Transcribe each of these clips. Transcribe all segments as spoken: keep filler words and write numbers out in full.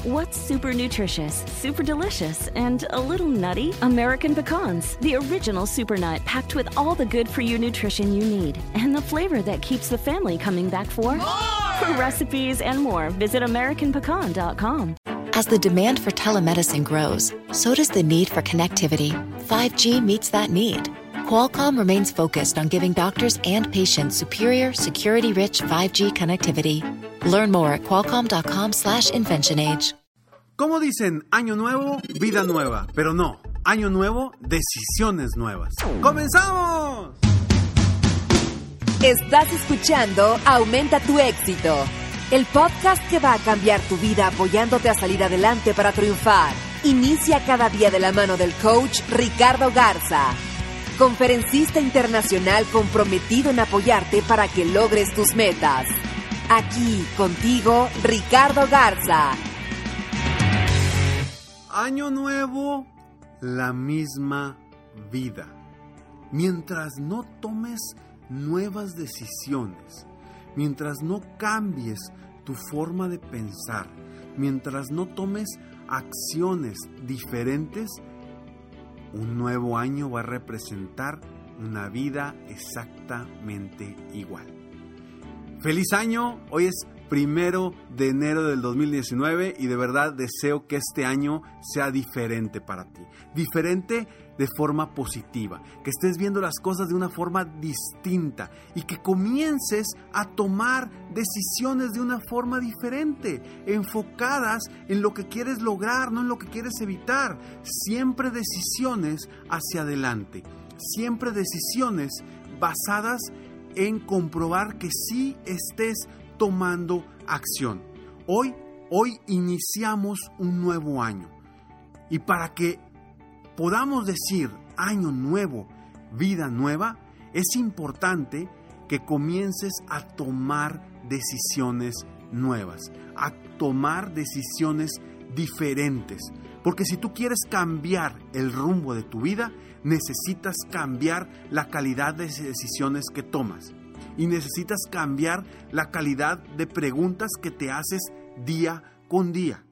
What's super nutritious, super delicious, and a little nutty? American Pecans, the original super nut packed with all the good-for-you nutrition you need and the flavor that keeps the family coming back for more. For recipes and more, visit American Pecan dot com. As the demand for telemedicine grows, so does the need for connectivity. five G meets that need. Qualcomm remains focused on giving doctors and patients superior, security-rich five G connectivity. Learn more at qualcomm.com slash InventionAge. Como dicen, año nuevo, vida nueva. Pero no, año nuevo, decisiones nuevas. ¡Comenzamos! Estás escuchando Aumenta tu éxito, el podcast que va a cambiar tu vida apoyándote a salir adelante para triunfar. Inicia cada día de la mano del coach Ricardo Garza, conferencista internacional comprometido en apoyarte para que logres tus metas. Aquí contigo, Ricardo Garza. Año nuevo, la misma vida. Mientras no tomes nuevas decisiones, mientras no cambies tu forma de pensar, mientras no tomes acciones diferentes, un nuevo año va a representar una vida exactamente igual. ¡Feliz año! Hoy es primero de enero del dos mil diecinueve y de verdad deseo que este año sea diferente para ti. Diferente de forma positiva, que estés viendo las cosas de una forma distinta y que comiences a tomar decisiones de una forma diferente, enfocadas en lo que quieres lograr, no en lo que quieres evitar. Siempre decisiones hacia adelante, siempre decisiones basadas en comprobar que sí estés tomando acción. Hoy, hoy iniciamos un nuevo año y para que podamos decir año nuevo, vida nueva, es importante que comiences a tomar decisiones nuevas, a tomar decisiones diferentes. Porque si tú quieres cambiar el rumbo de tu vida, necesitas cambiar la calidad de decisiones que tomas. Y necesitas cambiar la calidad de preguntas que te haces día con día.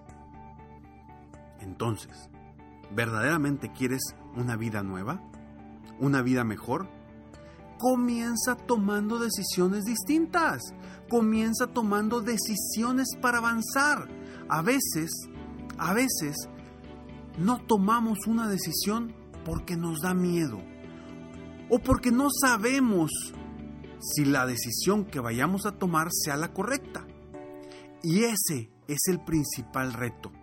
Entonces, ¿verdaderamente quieres una vida nueva? ¿Una vida mejor? Comienza tomando decisiones distintas. Comienza tomando decisiones para avanzar. A veces, a veces, no tomamos una decisión porque nos da miedo. O porque no sabemos si la decisión que vayamos a tomar sea la correcta. Y ese es el principal reto.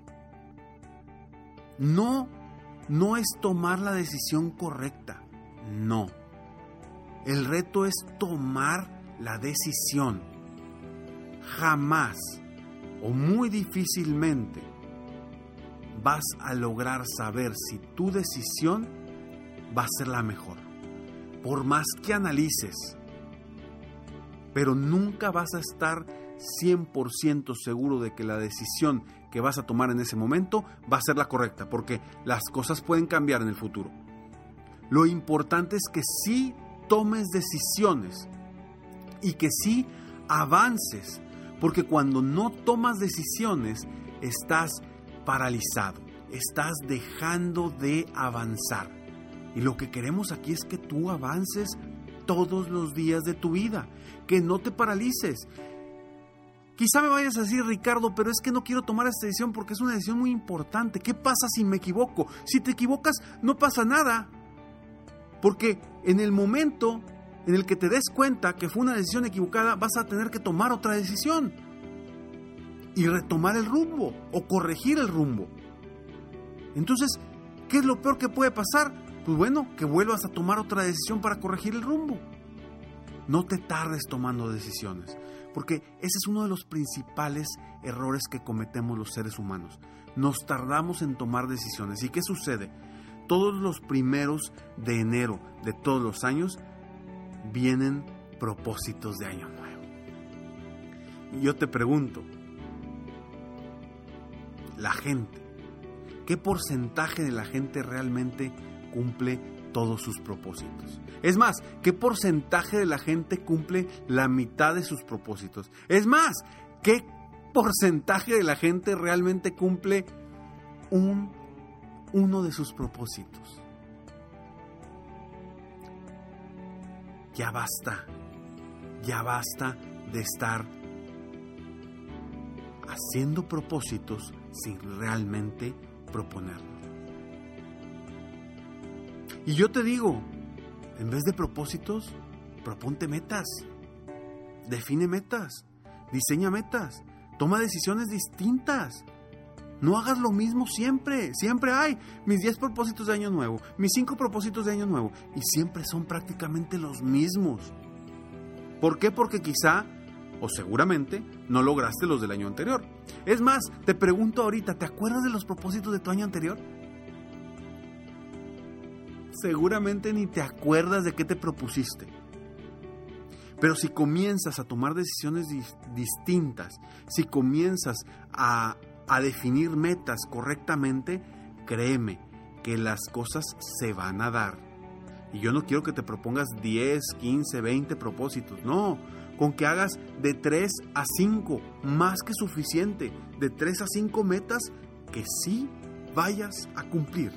No, no es tomar la decisión correcta, no. El reto es tomar la decisión. Jamás o muy difícilmente vas a lograr saber si tu decisión va a ser la mejor. Por más que analices, pero nunca vas a estar cien por ciento seguro de que la decisión que vas a tomar en ese momento va a ser la correcta, porque las cosas pueden cambiar en el futuro. Lo importante es que sí tomes decisiones y que sí avances, porque cuando no tomas decisiones estás paralizado, estás dejando de avanzar. Y lo que queremos aquí es que tú avances todos los días de tu vida, que no te paralices. Quizá me vayas a decir, Ricardo, pero es que no quiero tomar esta decisión porque es una decisión muy importante. ¿Qué pasa si me equivoco? Si te equivocas, no pasa nada. Porque en el momento en el que te des cuenta que fue una decisión equivocada, vas a tener que tomar otra decisión y retomar el rumbo o corregir el rumbo. Entonces, ¿qué es lo peor que puede pasar? Pues bueno, que vuelvas a tomar otra decisión para corregir el rumbo. No te tardes tomando decisiones, porque ese es uno de los principales errores que cometemos los seres humanos. Nos tardamos en tomar decisiones. ¿Y qué sucede? Todos los primeros de enero de todos los años vienen propósitos de año nuevo. Y yo te pregunto, la gente, ¿qué porcentaje de la gente realmente cumple todos sus propósitos? Es más, ¿qué porcentaje de la gente cumple la mitad de sus propósitos? Es más, ¿qué porcentaje de la gente realmente cumple un, uno de sus propósitos? Ya basta, ya basta de estar haciendo propósitos sin realmente proponerlos. Y yo te digo, en vez de propósitos, proponte metas, define metas, diseña metas, toma decisiones distintas. No hagas lo mismo siempre. Siempre hay mis diez propósitos de año nuevo, mis cinco propósitos de año nuevo, y siempre son prácticamente los mismos. ¿Por qué? Porque quizá, o seguramente, no lograste los del año anterior. Es más, te pregunto ahorita, ¿te acuerdas de los propósitos de tu año anterior? Seguramente ni te acuerdas de qué te propusiste. Pero si comienzas a tomar decisiones di- distintas, si comienzas a, a definir metas correctamente, créeme que las cosas se van a dar. Y yo no quiero que te propongas diez, quince, veinte propósitos. No, con que hagas de tres a cinco, más que suficiente. De tres a cinco metas que sí vayas a cumplir.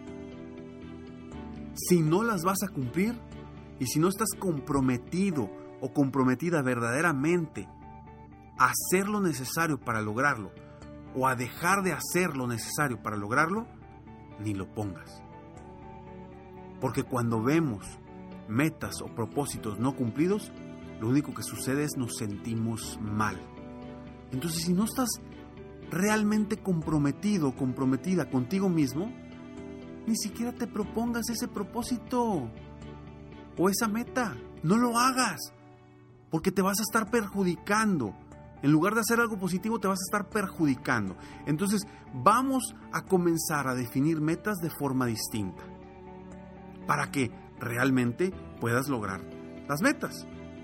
Si no las vas a cumplir y si no estás comprometido o comprometida verdaderamente a hacer lo necesario para lograrlo o a dejar de hacer lo necesario para lograrlo, ni lo pongas. Porque cuando vemos metas o propósitos no cumplidos, lo único que sucede es nos sentimos mal. Entonces, si no estás realmente comprometido o comprometida contigo mismo, ni siquiera te propongas ese propósito o esa meta. No lo hagas, porque te vas a estar perjudicando. En lugar de hacer algo positivo, te vas a estar perjudicando. Entonces, vamos a comenzar a definir metas de forma distinta, para que realmente puedas lograr las metas.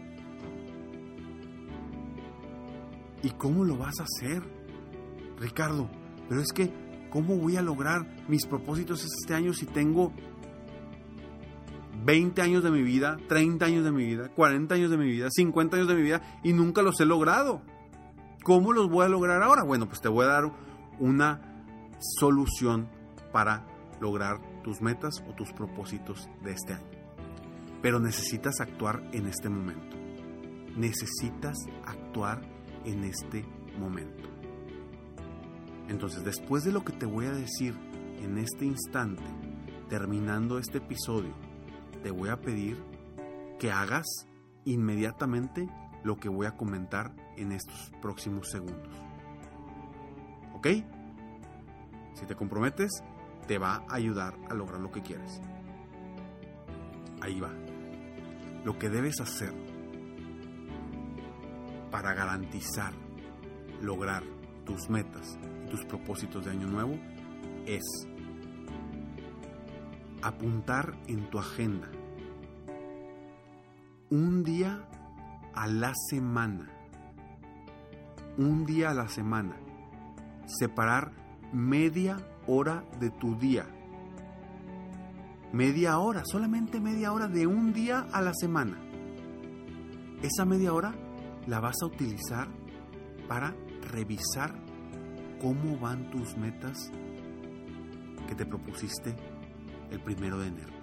¿Y cómo lo vas a hacer, Ricardo? Pero es que, ¿cómo voy a lograr mis propósitos este año si tengo veinte años de mi vida, treinta años de mi vida, cuarenta años de mi vida, cincuenta años de mi vida y nunca los he logrado? ¿Cómo los voy a lograr ahora? Bueno, pues te voy a dar una solución para lograr tus metas o tus propósitos de este año. Pero necesitas actuar en este momento. Necesitas actuar en este momento. Entonces, después de lo que te voy a decir en este instante, terminando este episodio, te voy a pedir que hagas inmediatamente lo que voy a comentar en estos próximos segundos. ¿Ok? Si te comprometes, te va a ayudar a lograr lo que quieres. Ahí va. Lo que debes hacer para garantizar lograr tus metas y tus propósitos de año nuevo es apuntar en tu agenda un día a la semana, un día a la semana, separar media hora de tu día, media hora, solamente media hora de un día a la semana. Esa media hora la vas a utilizar para revisar cómo van tus metas que te propusiste el primero de enero.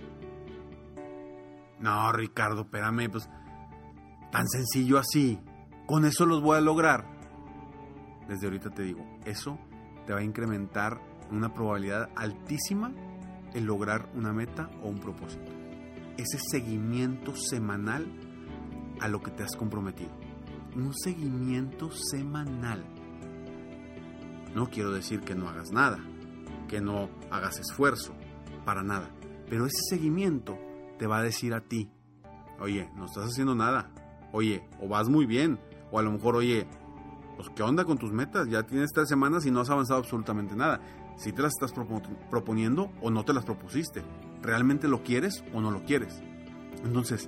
No, Ricardo, espérame, pues tan sencillo así, con eso los voy a lograr. Desde ahorita te digo, eso te va a incrementar una probabilidad altísima en lograr una meta o un propósito. Ese seguimiento semanal a lo que te has comprometido. Un seguimiento semanal. No quiero decir que no hagas nada, que no hagas esfuerzo, para nada. Pero ese seguimiento te va a decir a ti, oye, no estás haciendo nada. Oye, o vas muy bien. O a lo mejor, oye, pues ¿qué onda con tus metas? Ya tienes tres semanas y no has avanzado absolutamente nada. Si te las estás proponiendo o no te las propusiste. ¿Realmente lo quieres o no lo quieres? Entonces,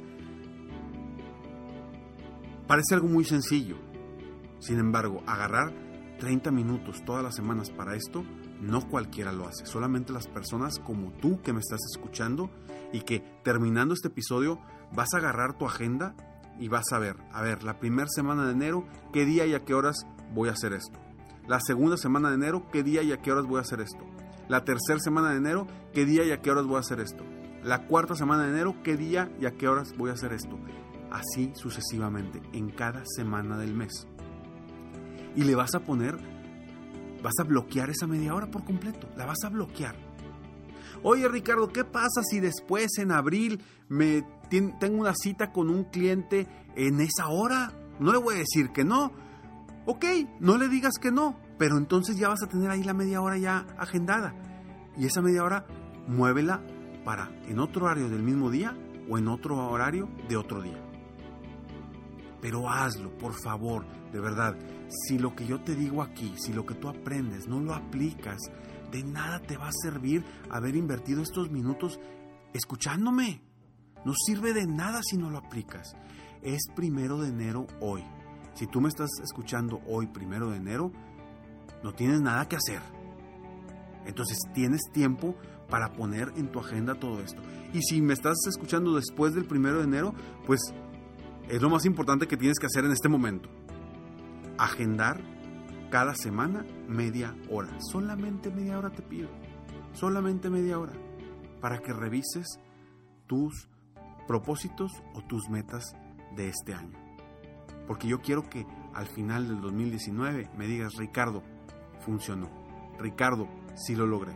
parece algo muy sencillo. Sin embargo, agarrar treinta minutos todas las semanas para esto, no cualquiera lo hace. Solamente las personas como tú que me estás escuchando y que terminando este episodio vas a agarrar tu agenda y vas a ver, a ver, la primera semana de enero, qué día y a qué horas voy a hacer esto. La segunda semana de enero, ¿qué día y a qué horas voy a hacer esto? La tercera semana de enero, ¿qué día y a qué horas voy a hacer esto? La cuarta semana de enero, ¿qué día y a qué horas voy a hacer esto? Así sucesivamente, en cada semana del mes. Y le vas a poner, vas a bloquear esa media hora por completo, la vas a bloquear. Oye, Ricardo, ¿qué pasa si después en abril me tengo una cita con un cliente en esa hora? No le voy a decir que no. Ok, no le digas que no, pero entonces ya vas a tener ahí la media hora ya agendada. Y esa media hora, muévela para en otro horario del mismo día o en otro horario de otro día. Pero hazlo, por favor, de verdad. Si lo que yo te digo aquí, si lo que tú aprendes no lo aplicas, de nada te va a servir haber invertido estos minutos escuchándome. No sirve de nada si no lo aplicas. Es primero de enero hoy. Si tú me estás escuchando hoy, primero de enero, no tienes nada que hacer. Entonces tienes tiempo para poner en tu agenda todo esto. Y si me estás escuchando después del primero de enero, pues es lo más importante que tienes que hacer en este momento. Agendar cada semana media hora. Solamente media hora te pido. Solamente media hora. Para que revises tus propósitos o tus metas de este año. Porque yo quiero que al final del dos mil diecinueve me digas, Ricardo, funcionó. Ricardo, sí lo logré.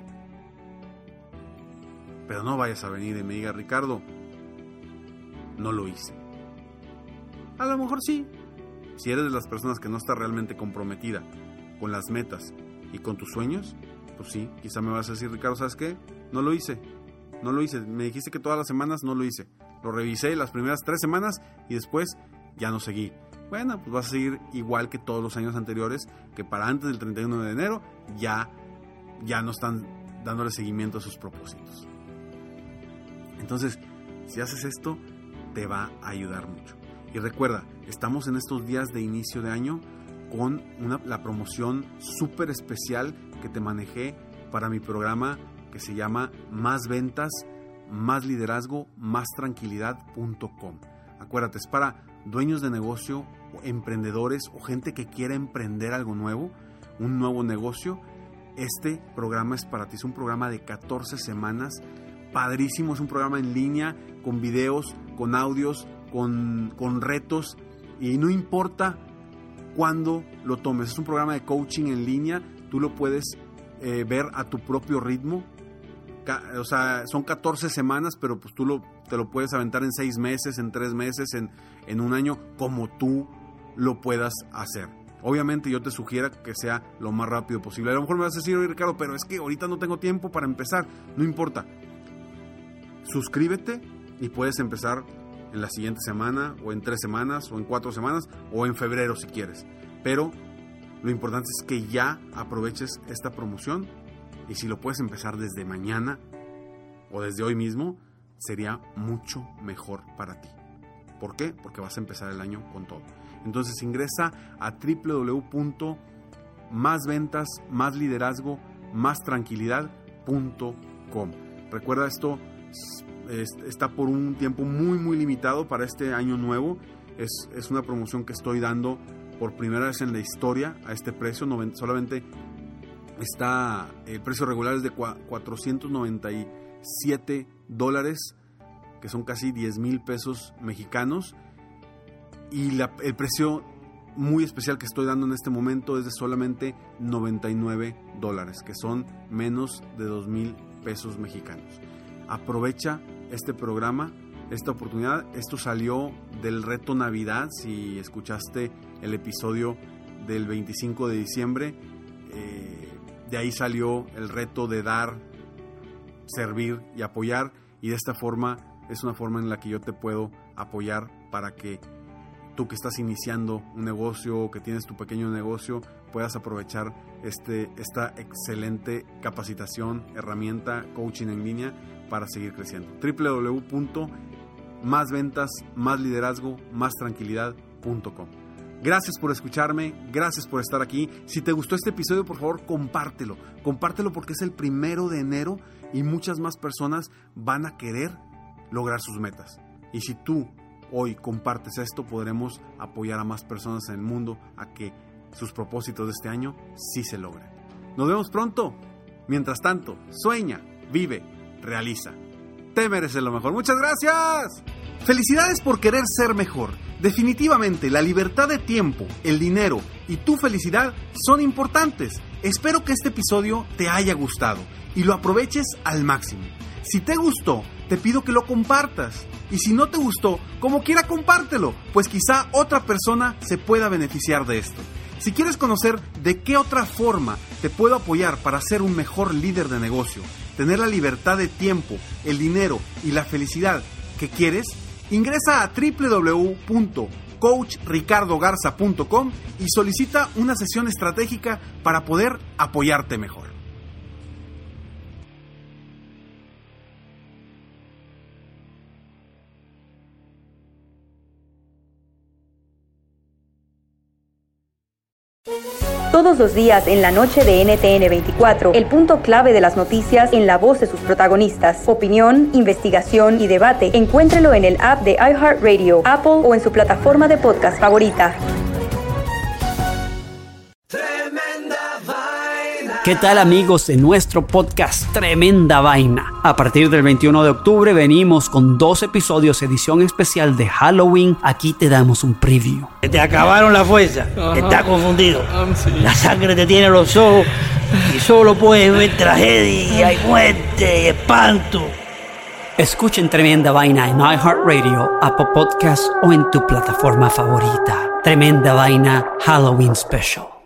Pero no vayas a venir y me digas, Ricardo, no lo hice. A lo mejor sí. Si eres de las personas que no está realmente comprometida con las metas y con tus sueños, pues sí, quizá me vas a decir, Ricardo, ¿sabes qué? No lo hice. No lo hice. Me dijiste que todas las semanas no lo hice. Lo revisé las primeras tres semanas y después ya no seguí. Bueno, pues vas a seguir igual que todos los años anteriores, que para antes del treinta y uno de enero ya, ya no están dándole seguimiento a sus propósitos. Entonces, si haces esto, te va a ayudar mucho. Y recuerda, estamos en estos días de inicio de año con una, la promoción súper especial que te manejé para mi programa que se llama Más Ventas, Más Liderazgo, Más Tranquilidad punto com. Acuérdate, es para dueños de negocio, emprendedores o gente que quiera emprender algo nuevo, un nuevo negocio. Este programa es para ti, es un programa de catorce semanas, padrísimo, es un programa en línea, con videos, con audios, con, con retos, y no importa cuándo lo tomes, es un programa de coaching en línea, tú lo puedes eh, ver a tu propio ritmo. O sea, son catorce semanas, pero pues tú lo, te lo puedes aventar en seis meses, en tres meses, en, en un año, como tú lo puedas hacer. Obviamente yo te sugiero que sea lo más rápido posible. A lo mejor me vas a decir, oye, Ricardo, pero es que ahorita no tengo tiempo para empezar. No importa. Suscríbete y puedes empezar en la siguiente semana, o en tres semanas, o en cuatro semanas, o en febrero si quieres. Pero lo importante es que ya aproveches esta promoción. Y si lo puedes empezar desde mañana o desde hoy mismo, sería mucho mejor para ti. ¿Por qué? Porque vas a empezar el año con todo. Entonces ingresa a doble u doble u doble u punto más ventas, más liderazgo, más tranquilidad punto com. Recuerda, esto es, está por un tiempo muy muy limitado para este año nuevo. Es, es una promoción que estoy dando por primera vez en la historia a este precio. Solamente está, el precio regular es de cuatrocientos noventa y siete dólares, que son casi diez mil pesos mexicanos. Y la, el precio muy especial que estoy dando en este momento es de solamente noventa y nueve dólares, que son menos de dos mil pesos mexicanos. Aprovecha este programa, esta oportunidad. Esto salió del reto Navidad. Si escuchaste el episodio del veinticinco de diciembre, eh, de ahí salió el reto de dar, servir y apoyar, y de esta forma es una forma en la que yo te puedo apoyar para que tú que estás iniciando un negocio o que tienes tu pequeño negocio puedas aprovechar este, esta excelente capacitación, herramienta, coaching en línea para seguir creciendo. doble u doble u doble u punto más ventas, más liderazgo, más tranquilidad punto com. Gracias por escucharme, gracias por estar aquí. Si te gustó este episodio, por favor, compártelo. Compártelo porque es el primero de enero y muchas más personas van a querer lograr sus metas. Y si tú hoy compartes esto, podremos apoyar a más personas en el mundo a que sus propósitos de este año sí se logren. Nos vemos pronto. Mientras tanto, sueña, vive, realiza. Te mereces lo mejor. ¡Muchas gracias! Felicidades por querer ser mejor. Definitivamente, la libertad de tiempo, el dinero y tu felicidad son importantes. Espero que este episodio te haya gustado y lo aproveches al máximo. Si te gustó, te pido que lo compartas. Y si no te gustó, como quiera compártelo, pues quizá otra persona se pueda beneficiar de esto. Si quieres conocer de qué otra forma te puedo apoyar para ser un mejor líder de negocio, tener la libertad de tiempo, el dinero y la felicidad que quieres, ingresa a doble u doble u doble u punto coach ricardo garza punto com y solicita una sesión estratégica para poder apoyarte mejor. Todos los días en la noche de N T N veinticuatro, el punto clave de las noticias en la voz de sus protagonistas. Opinión, investigación y debate. Encuéntrelo en el app de iHeartRadio, Apple o en su plataforma de podcast favorita. ¿Qué tal, amigos de nuestro podcast Tremenda Vaina? A partir del veintiuno de octubre venimos con dos episodios edición especial de Halloween. Aquí te damos un preview. Te acabaron la fuerza, uh-huh. Estás confundido. Um, sí. La sangre te tiene los ojos y solo puedes ver tragedia y muerte y espanto. Escuchen Tremenda Vaina en iHeartRadio, Apple Podcasts o en tu plataforma favorita. Tremenda Vaina Halloween Special.